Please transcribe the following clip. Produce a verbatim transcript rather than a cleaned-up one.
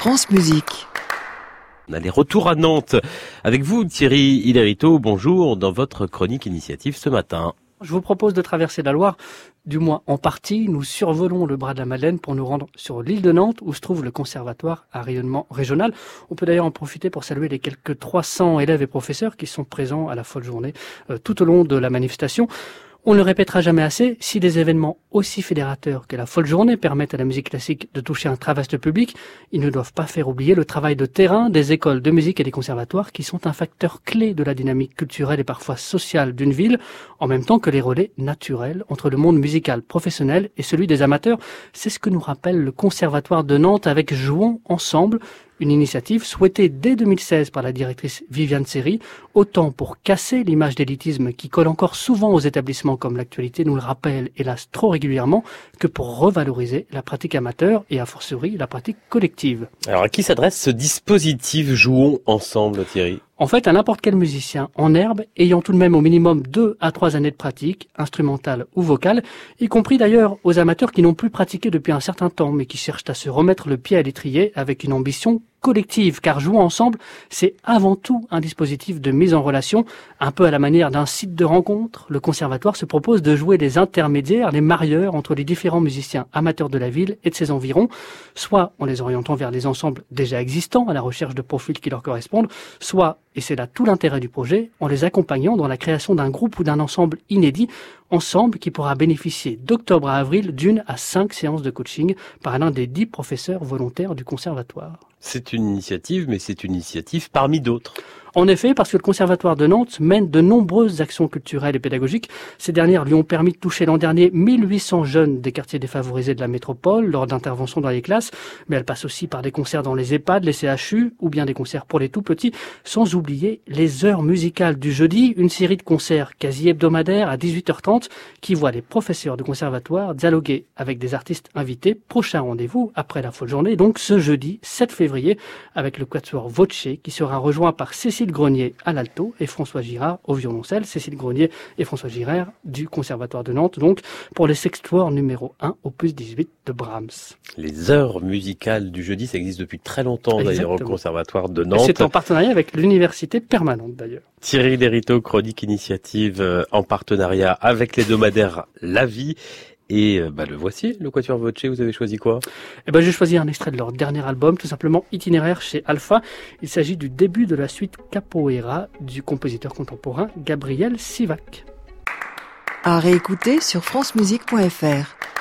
France Musique. Allez, retour à Nantes avec vous Thierry Hillerito, bonjour, dans votre chronique initiative ce matin. Je vous propose de traverser la Loire, du moins en partie. Nous survolons le bras de la Madeleine pour nous rendre sur l'île de Nantes où se trouve le conservatoire à rayonnement régional. On peut d'ailleurs en profiter pour saluer les quelques trois cents élèves et professeurs qui sont présents à la folle journée euh, tout au long de la manifestation. On ne le répétera jamais assez, si des événements aussi fédérateurs que la folle journée permettent à la musique classique de toucher un très vaste public, ils ne doivent pas faire oublier le travail de terrain des écoles de musique et des conservatoires qui sont un facteur clé de la dynamique culturelle et parfois sociale d'une ville, en même temps que les relais naturels entre le monde musical professionnel et celui des amateurs. C'est ce que nous rappelle le Conservatoire de Nantes avec Jouons ensemble, une initiative souhaitée dès deux mille seize par la directrice Viviane Seri, autant pour casser l'image d'élitisme qui colle encore souvent aux établissements comme l'actualité nous le rappelle hélas trop régulièrement, que pour revaloriser la pratique amateur et a fortiori la pratique collective. Alors à qui s'adresse ce dispositif Jouons ensemble, Thierry ? En fait, à n'importe quel musicien en herbe, ayant tout de même au minimum deux à trois années de pratique, instrumentale ou vocale, y compris d'ailleurs aux amateurs qui n'ont plus pratiqué depuis un certain temps, mais qui cherchent à se remettre le pied à l'étrier avec une ambition collective, car Jouons ensemble, c'est avant tout un dispositif de mise en relation, un peu à la manière d'un site de rencontre. Le conservatoire se propose de jouer les intermédiaires, les marieurs entre les différents musiciens amateurs de la ville et de ses environs, soit en les orientant vers les ensembles déjà existants à la recherche de profils qui leur correspondent, soit, et c'est là tout l'intérêt du projet, en les accompagnant dans la création d'un groupe ou d'un ensemble inédit, ensemble qui pourra bénéficier d'octobre à avril d'une à cinq séances de coaching par l'un des dix professeurs volontaires du conservatoire. C'est une initiative, mais c'est une initiative parmi d'autres. En effet, parce que le Conservatoire de Nantes mène de nombreuses actions culturelles et pédagogiques. Ces dernières lui ont permis de toucher l'an dernier mille huit cents jeunes des quartiers défavorisés de la métropole lors d'interventions dans les classes. Mais elle passe aussi par des concerts dans les EHPAD, les C H U ou bien des concerts pour les tout-petits, sans oublier les heures musicales du jeudi, une série de concerts quasi hebdomadaires à dix-huit heures trente qui voit les professeurs de conservatoire dialoguer avec des artistes invités. Prochain rendez-vous après la folle journée, donc ce jeudi sept février, avec le quatuor Voce qui sera rejoint par Cécile Grenier à l'alto et François Girard au violoncelle. Cécile Grenier et François Girard du Conservatoire de Nantes, donc pour les sextoires numéro un, opus dix-huit de Brahms. Les heures musicales du jeudi, ça existe depuis très longtemps d'ailleurs au Conservatoire de Nantes. Et c'est en partenariat avec l'université permanente d'ailleurs. Thierry Hillerito, chronique initiative euh, en partenariat avec l'hebdomadaire La Vie. Et bah, le voici, le quatuor Voce, vous avez choisi quoi ? Eh ben, j'ai choisi un extrait de leur dernier album, tout simplement Itinéraire chez Alpha. Il s'agit du début de la suite Capoeira du compositeur contemporain Gabriel Sivac. À réécouter sur francemusique point f r.